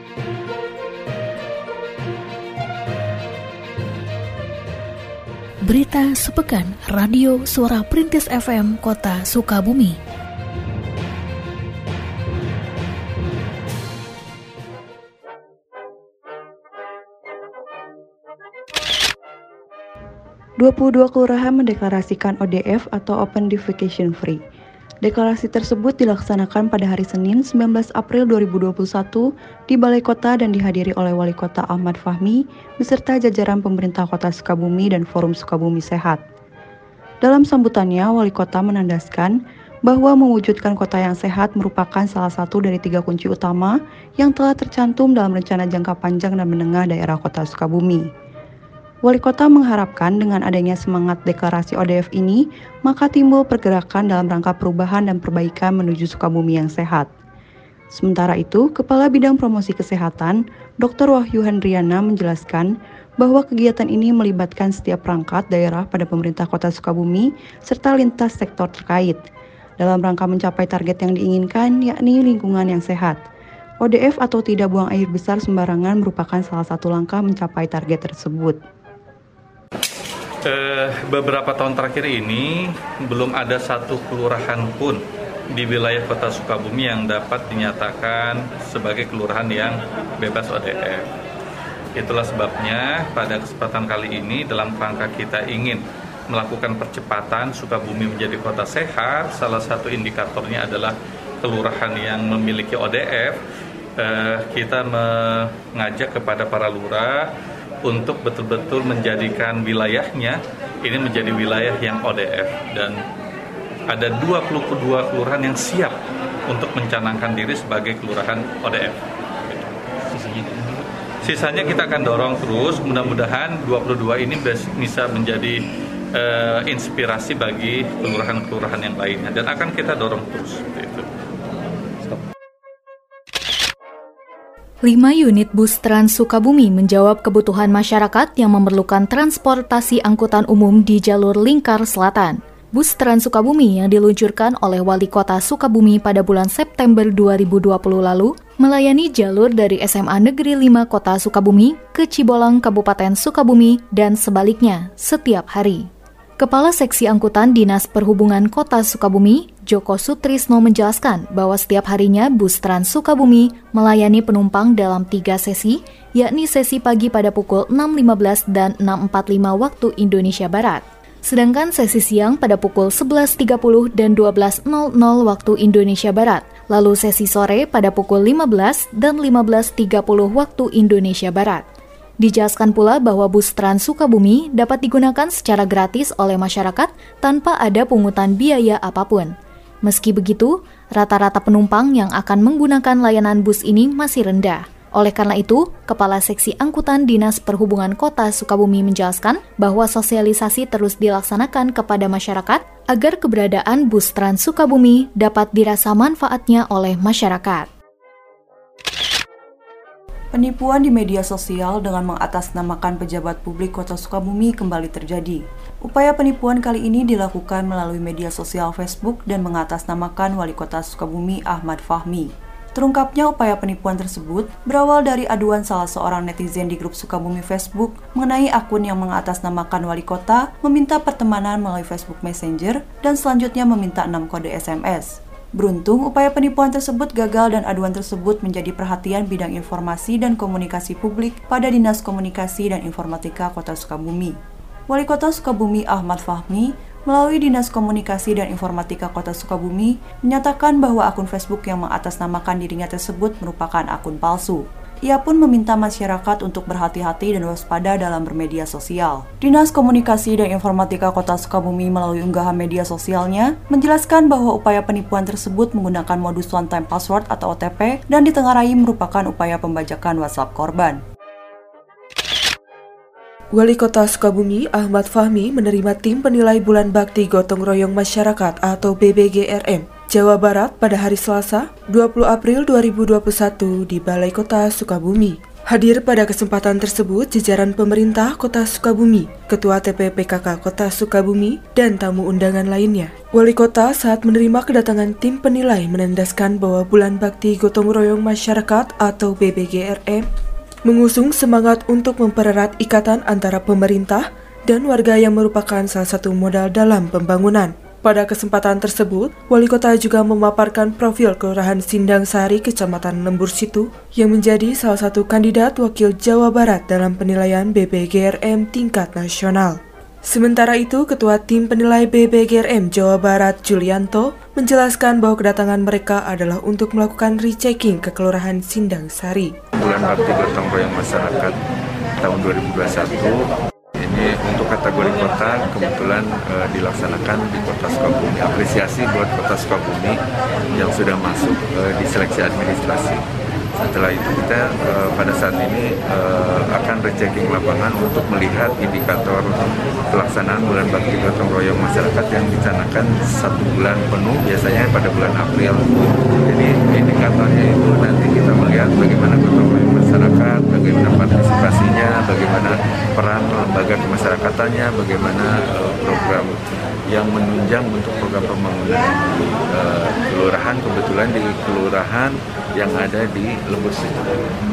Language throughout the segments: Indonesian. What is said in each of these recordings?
Berita sepekan Radio Suara Perintis FM Kota Sukabumi. ...22 kelurahan mendeklarasikan ODF atau Open Defecation Free. Deklarasi tersebut dilaksanakan pada hari Senin 19 April 2021 di Balai Kota dan dihadiri oleh Wali Kota Ahmad Fahmi beserta jajaran pemerintah Kota Sukabumi dan Forum Sukabumi Sehat. Dalam sambutannya, Wali Kota menandaskan bahwa mewujudkan kota yang sehat merupakan salah satu dari 3 kunci utama yang telah tercantum dalam rencana jangka panjang dan menengah daerah Kota Sukabumi. Wali Kota mengharapkan dengan adanya semangat deklarasi ODF ini, maka timbul pergerakan dalam rangka perubahan dan perbaikan menuju Sukabumi yang sehat. Sementara itu, Kepala Bidang Promosi Kesehatan, Dr. Wahyu Hendriana menjelaskan bahwa kegiatan ini melibatkan setiap perangkat daerah pada pemerintah Kota Sukabumi serta lintas sektor terkait, dalam rangka mencapai target yang diinginkan, yakni lingkungan yang sehat. ODF atau tidak buang air besar sembarangan merupakan salah satu langkah mencapai target tersebut. Beberapa tahun terakhir ini belum ada satu kelurahan pun di wilayah Kota Sukabumi yang dapat dinyatakan sebagai kelurahan yang bebas ODF. Itulah sebabnya pada kesempatan kali ini dalam rangka kita ingin melakukan percepatan Sukabumi menjadi kota sehat, salah satu indikatornya adalah kelurahan yang memiliki ODF. Kita mengajak kepada para lurah untuk betul-betul menjadikan wilayahnya ini menjadi wilayah yang ODF, dan ada 22 kelurahan yang siap untuk mencanangkan diri sebagai kelurahan ODF. Sisanya kita akan dorong terus, mudah-mudahan 22 ini bisa menjadi inspirasi bagi kelurahan-kelurahan yang lainnya, dan akan kita dorong terus. 5 unit bus Trans Sukabumi menjawab kebutuhan masyarakat yang memerlukan transportasi angkutan umum di jalur Lingkar Selatan. Bus Trans Sukabumi yang diluncurkan oleh Wali Kota Sukabumi pada bulan September 2020 lalu melayani jalur dari SMA Negeri 5 Kota Sukabumi ke Cibolang Kabupaten Sukabumi dan sebaliknya setiap hari. Kepala Seksi Angkutan Dinas Perhubungan Kota Sukabumi, Joko Sutrisno menjelaskan bahwa setiap harinya bus Trans Sukabumi melayani penumpang dalam 3 sesi, yakni sesi pagi pada pukul 6.15 dan 6.45 waktu Indonesia Barat. Sedangkan sesi siang pada pukul 11.30 dan 12.00 waktu Indonesia Barat, lalu sesi sore pada pukul 15 dan 15.30 waktu Indonesia Barat. Dijelaskan pula bahwa bus Trans Sukabumi dapat digunakan secara gratis oleh masyarakat tanpa ada pungutan biaya apapun. Meski begitu, rata-rata penumpang yang akan menggunakan layanan bus ini masih rendah. Oleh karena itu, Kepala Seksi Angkutan Dinas Perhubungan Kota Sukabumi menjelaskan bahwa sosialisasi terus dilaksanakan kepada masyarakat agar keberadaan bus Trans Sukabumi dapat dirasa manfaatnya oleh masyarakat. Penipuan di media sosial dengan mengatasnamakan pejabat publik Kota Sukabumi kembali terjadi. Upaya penipuan kali ini dilakukan melalui media sosial Facebook dan mengatasnamakan Wali Kota Sukabumi Ahmad Fahmi. Terungkapnya upaya penipuan tersebut berawal dari aduan salah seorang netizen di grup Sukabumi Facebook mengenai akun yang mengatasnamakan Wali Kota meminta pertemanan melalui Facebook Messenger dan selanjutnya meminta 6 kode SMS. Beruntung, upaya penipuan tersebut gagal dan aduan tersebut menjadi perhatian Bidang Informasi dan Komunikasi Publik pada Dinas Komunikasi dan Informatika Kota Sukabumi. Wali Kota Sukabumi Ahmad Fahmi melalui Dinas Komunikasi dan Informatika Kota Sukabumi menyatakan bahwa akun Facebook yang mengatasnamakan dirinya tersebut merupakan akun palsu. Ia pun meminta masyarakat untuk berhati-hati dan waspada dalam bermedia sosial. Dinas Komunikasi dan Informatika Kota Sukabumi melalui unggahan media sosialnya menjelaskan bahwa upaya penipuan tersebut menggunakan modus one time password atau OTP dan ditengarai merupakan upaya pembajakan WhatsApp korban. Wali Kota Sukabumi Ahmad Fahmi menerima tim penilai bulan bakti gotong royong masyarakat atau BBGRM Jawa Barat pada hari Selasa 20 April 2021 di Balai Kota Sukabumi. Hadir pada kesempatan tersebut jajaran pemerintah Kota Sukabumi, Ketua TPPKK Kota Sukabumi, dan tamu undangan lainnya. Wali Kota saat menerima kedatangan tim penilai menandaskan bahwa Bulan Bakti Gotong Royong Masyarakat atau BBGRM mengusung semangat untuk mempererat ikatan antara pemerintah dan warga yang merupakan salah satu modal dalam pembangunan. Pada kesempatan tersebut, Wali Kota juga memaparkan profil Kelurahan Sindang Sari, Kecamatan Lembur Situ, yang menjadi salah satu kandidat wakil Jawa Barat dalam penilaian BBGRM tingkat nasional. Sementara itu, Ketua Tim Penilai BBGRM Jawa Barat, Julianto, menjelaskan bahwa kedatangan mereka adalah untuk melakukan rechecking ke Kelurahan Sindang Sari. Bulan Bakti Gotong Royong Masyarakat tahun 2021 ini untuk kategori kota kebetulan dilaksanakan di Kota Sukabumi. Apresiasi buat Kota Sukabumi yang sudah masuk di seleksi administrasi. Setelah itu kita pada saat ini akan rechecking lapangan untuk melihat indikator pelaksanaan Bulan Bakti Gotong Royong Masyarakat yang dicanangkan 1 bulan penuh, biasanya pada bulan April. Jadi indikatornya itu nanti kita melihat bagaimana gotong royong masyarakat, bagaimana partisipasinya, bagaimana peran lembaga kemasyarakatannya, bagaimana program yang menunjang untuk program pembangunan kelurahan, kebetulan di kelurahan yang ada di Lembur Situ.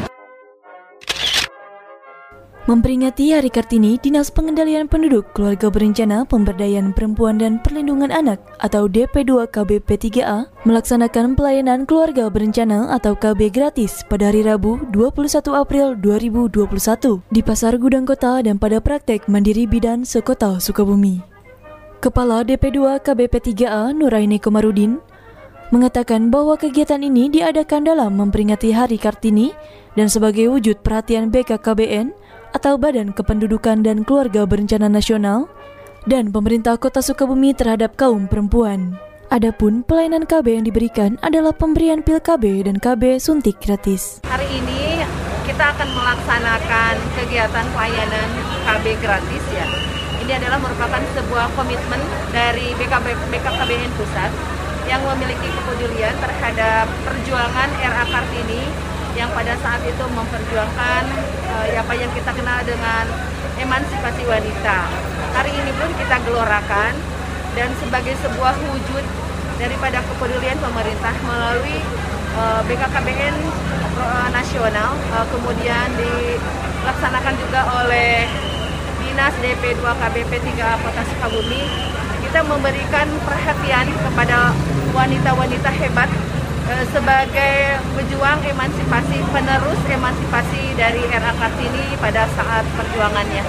Memperingati Hari Kartini, Dinas Pengendalian Penduduk, Keluarga Berencana, Pemberdayaan Perempuan dan Perlindungan Anak atau DP2 KB P3A melaksanakan pelayanan keluarga berencana atau KB gratis pada hari Rabu 21 April 2021 di Pasar Gudang Kota dan pada praktek Mandiri Bidan Sekota Sukabumi. Kepala DP2 KB P3A Nuraini Komarudin mengatakan bahwa kegiatan ini diadakan dalam memperingati Hari Kartini dan sebagai wujud perhatian BKKBN atau Badan Kependudukan dan Keluarga Berencana Nasional dan pemerintah Kota Sukabumi terhadap kaum perempuan. Adapun pelayanan KB yang diberikan adalah pemberian pil KB dan KB suntik gratis. Hari ini kita akan melaksanakan kegiatan pelayanan KB gratis ya. Ini adalah merupakan sebuah komitmen dari BKKBN Pusat yang memiliki kepedulian terhadap perjuangan RA Kartini yang pada saat itu memperjuangkan apa yang kita kenal dengan emansipasi wanita. Hari ini pun kita gelorakan dan sebagai sebuah wujud daripada kepedulian pemerintah melalui BKKBN nasional, kemudian dilaksanakan juga oleh Dinas DP2 KBP 3A Kota Sukabumi. Kita memberikan perhatian kepada wanita-wanita hebat sebagai pejuang emansipasi, penerus emansipasi dari RA Kartini pada saat perjuangannya.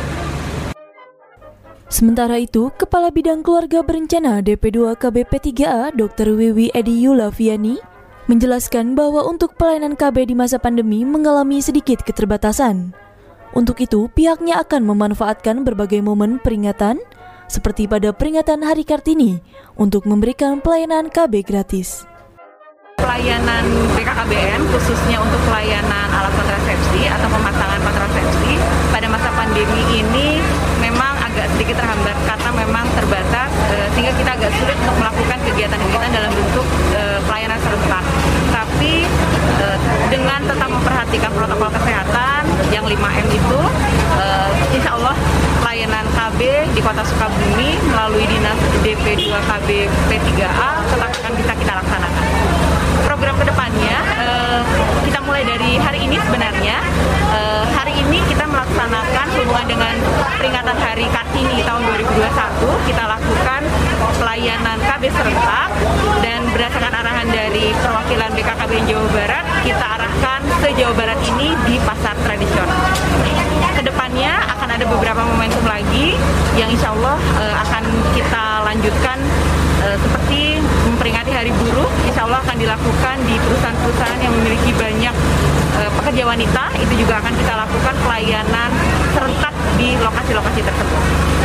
Sementara itu, Kepala Bidang Keluarga Berencana DP2 KB P3A Dr. Wiwi Edi Yulaviani menjelaskan bahwa untuk pelayanan KB di masa pandemi mengalami sedikit keterbatasan. Untuk itu, pihaknya akan memanfaatkan berbagai momen peringatan seperti pada peringatan Hari Kartini untuk memberikan pelayanan KB gratis. Pelayanan BKKBN khususnya untuk pelayanan alat kontrasepsi atau pemasangan kontrasepsi pada masa pandemi ini memang agak sedikit terhambat karena memang terbatas sehingga kita agak sulit untuk melakukan kegiatan-kegiatan dalam bentuk pelayanan serentak. Tapi dengan tetap memperhatikan protokol kesehatan yang 5M itu, insya Allah pelayanan KB di Kota Sukabumi melalui Dinas DP2 KB P3A tetap akan bisa kita laksanakan. Program kedepannya kita mulai dari hari ini sebenarnya. Hari ini kita melaksanakan hubungan dengan peringatan Hari Kartini tahun 2021. Kita lakukan pelayanan KB serentak dan berdasarkan arahan dari perwakilan BKKBN Jawa Barat, kita arahkan ke Jawa Barat ini di pasar tradisional. Kedepannya akan ada beberapa momentum lagi yang insya Allah akan kita lanjutkan seperti memperingati Hari Buruh, insya Allah akan dilakukan di perusahaan-perusahaan yang memiliki banyak pekerja wanita. Itu juga akan kita lakukan pelayanan serentak di lokasi-lokasi tersebut.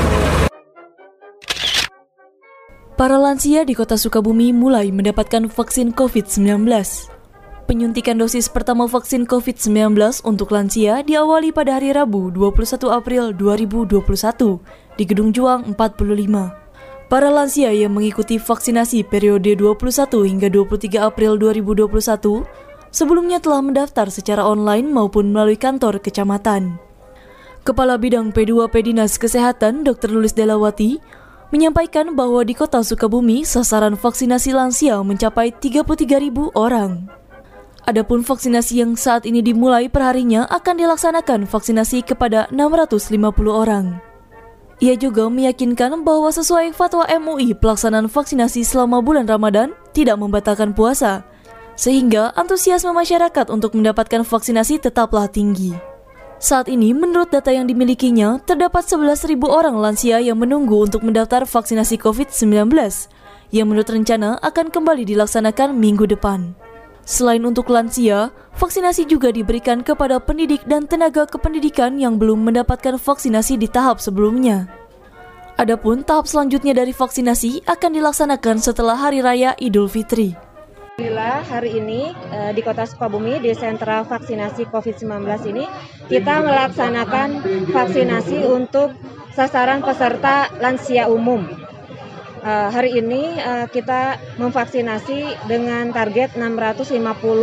Para lansia di Kota Sukabumi mulai mendapatkan vaksin COVID-19. Penyuntikan dosis pertama vaksin COVID-19 untuk lansia diawali pada hari Rabu 21 April 2021 di Gedung Juang 45. Para lansia yang mengikuti vaksinasi periode 21 hingga 23 April 2021 sebelumnya telah mendaftar secara online maupun melalui kantor kecamatan. Kepala Bidang P2P Dinas Kesehatan Dr. Lulis Delawati menyampaikan bahwa di Kota Sukabumi sasaran vaksinasi lansia mencapai 33.000 orang. Adapun vaksinasi yang saat ini dimulai perharinya akan dilaksanakan vaksinasi kepada 650 orang. Ia juga meyakinkan bahwa sesuai fatwa MUI pelaksanaan vaksinasi selama bulan Ramadan tidak membatalkan puasa, sehingga antusiasme masyarakat untuk mendapatkan vaksinasi tetaplah tinggi. Saat ini menurut data yang dimilikinya, terdapat 11.000 orang lansia yang menunggu untuk mendaftar vaksinasi COVID-19, yang menurut rencana akan kembali dilaksanakan minggu depan. Selain untuk lansia, vaksinasi juga diberikan kepada pendidik dan tenaga kependidikan yang belum mendapatkan vaksinasi di tahap sebelumnya. Adapun tahap selanjutnya dari vaksinasi akan dilaksanakan setelah Hari Raya Idul Fitri. Alhamdulillah hari ini di Kota Sukabumi di sentra vaksinasi COVID-19 ini kita melaksanakan vaksinasi untuk sasaran peserta lansia umum. Hari ini kita memvaksinasi dengan target 650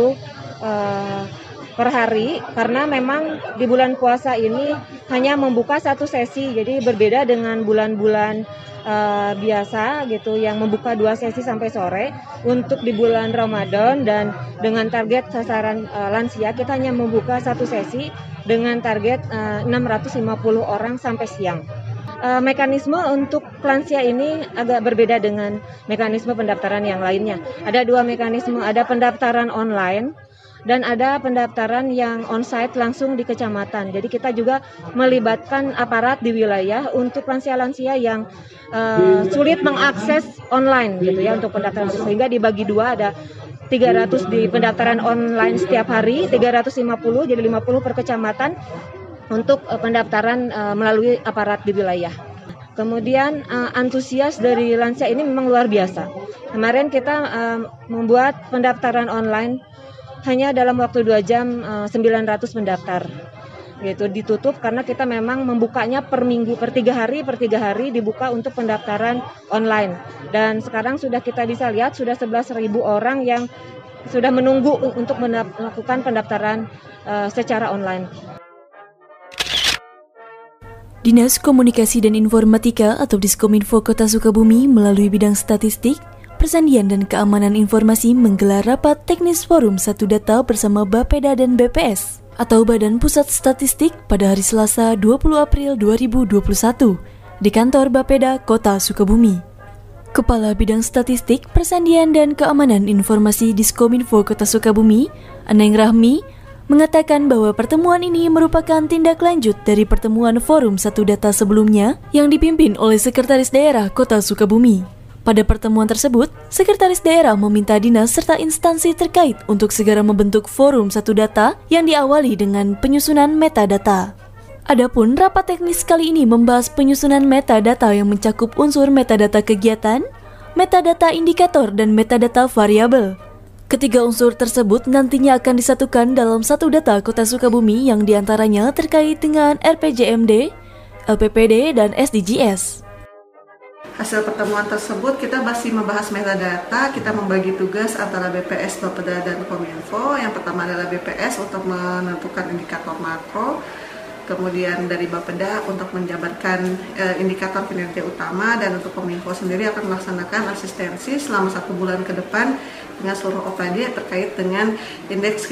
per hari karena memang di bulan puasa ini hanya membuka satu sesi, jadi berbeda dengan bulan-bulan biasa gitu yang membuka 2 sesi sampai sore. Untuk di bulan Ramadan dan dengan target sasaran lansia kita hanya membuka satu sesi dengan target 650 orang sampai siang. Mekanisme untuk lansia ini agak berbeda dengan mekanisme pendaftaran yang lainnya. Ada 2 mekanisme, ada pendaftaran online dan ada pendaftaran yang onsite langsung di kecamatan. Jadi kita juga melibatkan aparat di wilayah untuk lansia-lansia yang sulit mengakses online gitu ya untuk pendaftaran, sehingga dibagi 2, ada 300 di pendaftaran online setiap hari, 350 jadi 50 per kecamatan untuk pendaftaran melalui aparat di wilayah. Kemudian antusias dari lansia ini memang luar biasa. Kemarin kita membuat pendaftaran online hanya dalam waktu 2 jam 900 pendaftar. Gitu ditutup karena kita memang membukanya per minggu, per 3 hari dibuka untuk pendaftaran online. Dan sekarang sudah kita bisa lihat sudah 11.000 orang yang sudah menunggu untuk melakukan pendaftaran secara online. Dinas Komunikasi dan Informatika atau Diskominfo Kota Sukabumi melalui bidang statistik, persandian dan keamanan informasi menggelar rapat teknis forum satu data bersama Bapeda dan BPS atau Badan Pusat Statistik pada hari Selasa 20 April 2021 di kantor Bapeda Kota Sukabumi. Kepala Bidang Statistik, Persandian dan Keamanan Informasi Diskominfo Kota Sukabumi, Aneng Rahmi, mengatakan bahwa pertemuan ini merupakan tindak lanjut dari pertemuan forum satu data sebelumnya yang dipimpin oleh Sekretaris Daerah Kota Sukabumi. Pada pertemuan tersebut, Sekretaris Daerah meminta dinas serta instansi terkait untuk segera membentuk forum satu data yang diawali dengan penyusunan metadata. Adapun rapat teknis kali ini membahas penyusunan metadata yang mencakup unsur metadata kegiatan, metadata indikator, dan metadata variabel. Ketiga unsur tersebut nantinya akan disatukan dalam satu data Kota Sukabumi yang diantaranya terkait dengan RPJMD, LPPD, dan SDGs. Hasil pertemuan tersebut kita masih membahas metadata, kita membagi tugas antara BPS, Bapeda, dan Kominfo. Yang pertama adalah BPS untuk menentukan indikator makro, kemudian dari Bapeda untuk menjabarkan indikator kinerja utama, dan untuk Kominfo sendiri akan melaksanakan asistensi selama 1 bulan ke depan dengan seluruh OPD terkait dengan indeks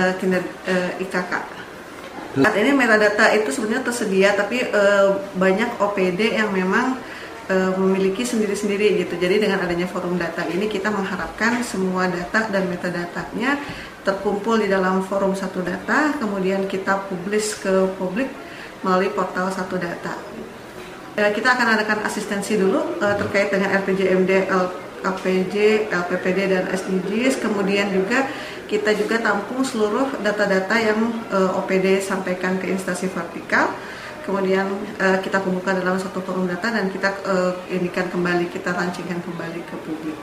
IKK. Saat ini metadata itu sebenarnya tersedia, tapi banyak OPD yang memang memiliki sendiri-sendiri gitu. Jadi dengan adanya forum data ini kita mengharapkan semua data dan metadatanya terkumpul di dalam forum satu data, kemudian kita publish ke publik melalui portal satu data. Kita akan adakan asistensi dulu terkait dengan RPJMD, LPJ, LPPD, dan SDGs. Kemudian juga kita juga tampung seluruh data-data yang OPD sampaikan ke instansi vertikal. Kemudian kita kumpulkan dalam satu forum data dan kita inikan kembali, kita launchingkan kembali ke publik.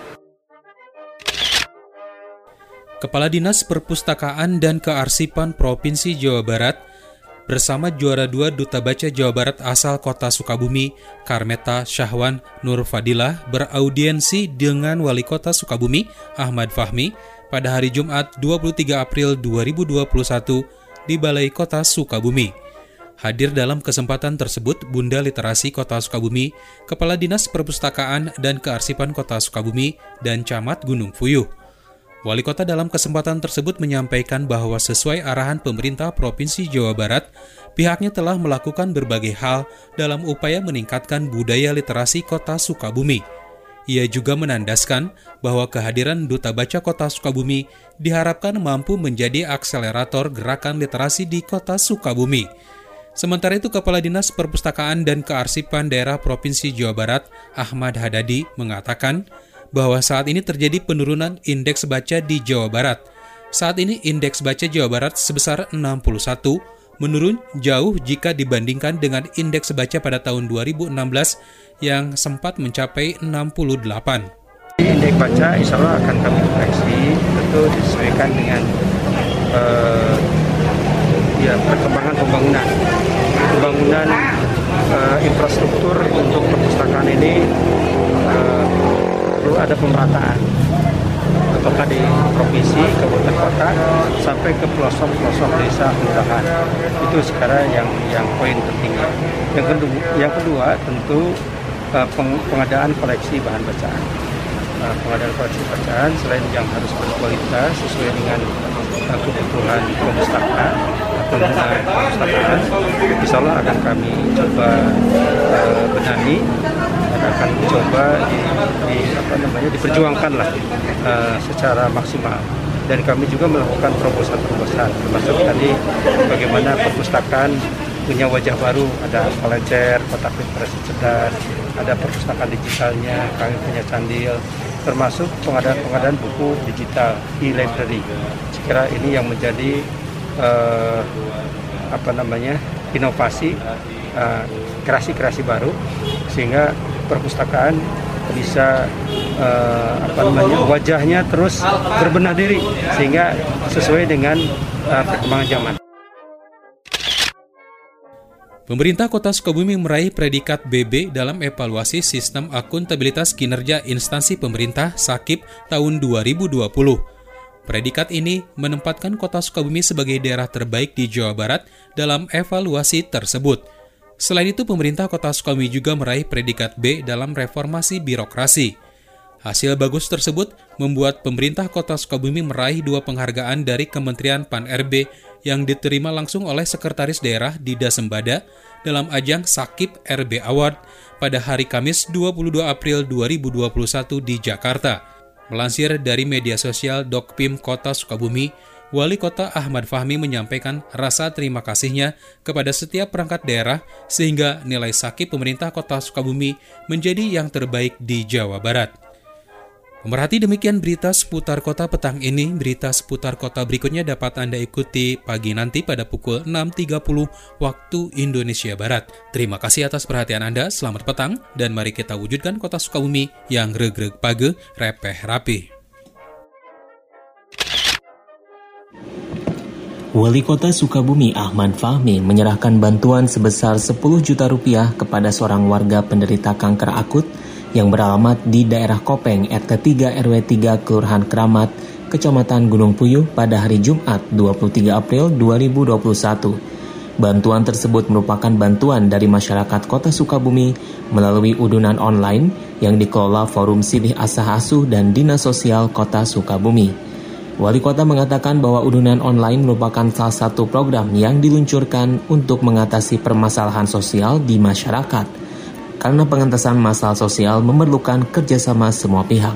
Kepala Dinas Perpustakaan dan Kearsipan Provinsi Jawa Barat bersama juara 2 Duta Baca Jawa Barat asal Kota Sukabumi, Karmeta Syahwan Nur Fadilah, beraudiensi dengan Wali Kota Sukabumi, Ahmad Fahmi, pada hari Jumat 23 April 2021 di Balai Kota Sukabumi. Hadir dalam kesempatan tersebut Bunda Literasi Kota Sukabumi, Kepala Dinas Perpustakaan dan Kearsipan Kota Sukabumi, dan Camat Gunung Puyuh. Wali Kota dalam kesempatan tersebut menyampaikan bahwa sesuai arahan pemerintah Provinsi Jawa Barat, pihaknya telah melakukan berbagai hal dalam upaya meningkatkan budaya literasi Kota Sukabumi. Ia juga menandaskan bahwa kehadiran Duta Baca Kota Sukabumi diharapkan mampu menjadi akselerator gerakan literasi di Kota Sukabumi. Sementara itu, Kepala Dinas Perpustakaan dan Kearsipan Daerah Provinsi Jawa Barat, Ahmad Hadadi, mengatakan bahwa saat ini terjadi penurunan indeks baca di Jawa Barat. Saat ini indeks baca Jawa Barat sebesar 61, menurun jauh jika dibandingkan dengan indeks baca pada tahun 2016 yang sempat mencapai 68. Indeks baca insya Allah akan kami koreksi, tentu disesuaikan dengan perkembangan pembangunan infrastruktur untuk perpustakaan ini perlu ada pemerataan, apakah di provinsi, kabupaten, kota, sampai ke pelosok-pelosok desa kelurahan. Itu sekarang yang poin pentingnya. Yang kedua tentu pengadaan koleksi bahan bacaan. Pengadaan koleksi bacaan selain yang harus berkualitas sesuai dengan kebutuhan perpustakaan atau perpustakaan, insya Allah akan kami coba benahi dan akan coba diperjuangkan lah secara maksimal. Dan kami juga melakukan terobosan-terobosan, termasuk tadi bagaimana perpustakaan punya wajah baru, ada kolecer, kotak literasi cerdas, ada perpustakaan digitalnya, kami punya candil, termasuk pengadaan buku digital, e-library. Sekira ini yang menjadi inovasi, kreasi-kreasi baru, sehingga perpustakaan bisa wajahnya terus berbenah diri sehingga sesuai dengan perkembangan zaman. Pemerintah Kota Sukabumi meraih predikat BB dalam evaluasi Sistem Akuntabilitas Kinerja Instansi Pemerintah (SAKIP) tahun 2020. Predikat ini menempatkan Kota Sukabumi sebagai daerah terbaik di Jawa Barat dalam evaluasi tersebut. Selain itu, pemerintah Kota Sukabumi juga meraih predikat B dalam reformasi birokrasi. Hasil bagus tersebut membuat pemerintah Kota Sukabumi meraih 2 penghargaan dari Kementerian Pan-RB yang diterima langsung oleh Sekretaris Daerah Dida Sembada dalam ajang SAKIP RB Award pada hari Kamis 22 April 2021 di Jakarta. Melansir dari media sosial Dokpim Kota Sukabumi, Wali Kota Ahmad Fahmi menyampaikan rasa terima kasihnya kepada setiap perangkat daerah sehingga nilai SAKIP pemerintah Kota Sukabumi menjadi yang terbaik di Jawa Barat. Pemerhati, demikian berita seputar kota petang ini. Berita seputar kota berikutnya dapat Anda ikuti pagi nanti pada pukul 6.30 waktu Indonesia Barat. Terima kasih atas perhatian Anda, selamat petang, dan mari kita wujudkan Kota Sukabumi yang regreg page, repeh rapi. Wali Kota Sukabumi Ahmad Fahmi menyerahkan bantuan sebesar 10 juta rupiah kepada seorang warga penderita kanker akut yang beralamat di daerah Kopeng, RT 3 RW 3 Kelurahan Keramat, Kecamatan Gunung Puyuh pada hari Jumat 23 April 2021. Bantuan tersebut merupakan bantuan dari masyarakat Kota Sukabumi melalui udunan online yang dikelola Forum Silih Asah Asuh dan Dinas Sosial Kota Sukabumi. Wali Kota mengatakan bahwa udunan online merupakan salah satu program yang diluncurkan untuk mengatasi permasalahan sosial di masyarakat, karena pengentasan masalah sosial memerlukan kerjasama semua pihak.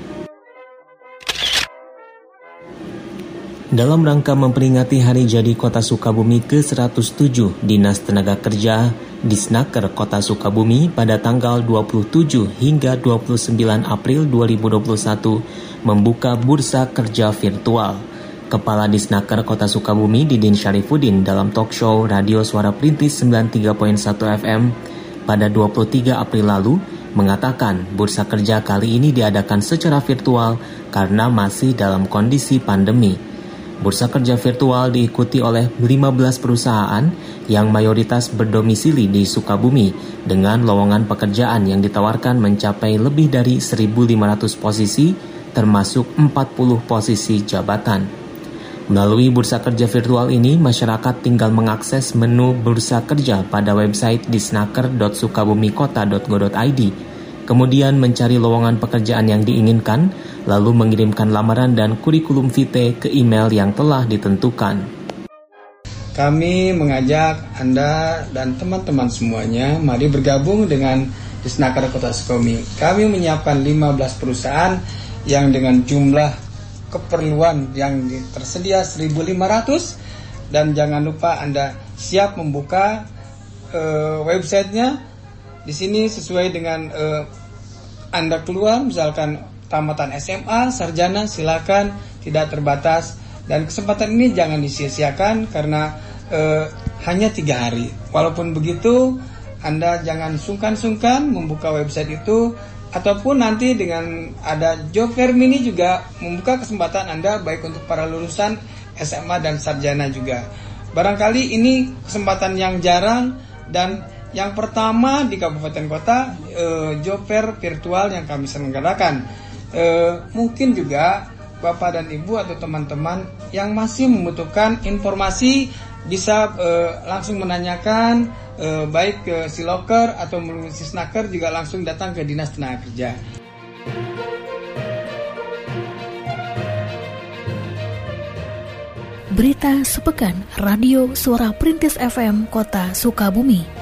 Dalam rangka memperingati Hari Jadi Kota Sukabumi ke-107, Dinas Tenaga Kerja Disnaker Kota Sukabumi pada tanggal 27 hingga 29 April 2021 membuka bursa kerja virtual. Kepala Disnaker Kota Sukabumi Didin Syarifuddin dalam talk show Radio Suara Perintis 93.1 FM pada 23 April lalu mengatakan bursa kerja kali ini diadakan secara virtual karena masih dalam kondisi pandemi. Bursa kerja virtual diikuti oleh 15 perusahaan yang mayoritas berdomisili di Sukabumi dengan lowongan pekerjaan yang ditawarkan mencapai lebih dari 1.500 posisi termasuk 40 posisi jabatan. Melalui bursa kerja virtual ini, masyarakat tinggal mengakses menu bursa kerja pada website disnaker.sukabumikota.go.id, kemudian mencari lowongan pekerjaan yang diinginkan, lalu mengirimkan lamaran dan kurikulum vitae ke email yang telah ditentukan. Kami mengajak Anda dan teman-teman semuanya, mari bergabung dengan Disnaker Kota Sukabumi. Kami menyiapkan 15 perusahaan yang dengan jumlah keperluan yang tersedia 1.500, dan jangan lupa Anda siap membuka websitenya. Di sini sesuai dengan Anda keluar, misalkan tamatan SMA, sarjana, silakan, tidak terbatas. Dan kesempatan ini jangan disia-siakan karena hanya 3 hari. Walaupun begitu, Anda jangan sungkan-sungkan membuka website itu, ataupun nanti dengan ada job fair mini juga membuka kesempatan Anda baik untuk para lulusan SMA dan sarjana juga. Barangkali ini kesempatan yang jarang dan yang pertama di Kabupaten Kota job fair virtual yang kami selenggarakan. Mungkin juga Bapak dan Ibu atau teman-teman yang masih membutuhkan informasi bisa langsung menanyakan baik ke Siloker atau melalui Sisnaker, juga langsung datang ke Dinas Tenaga Kerja. Berita sepekan Radio Suara Perintis FM Kota Sukabumi.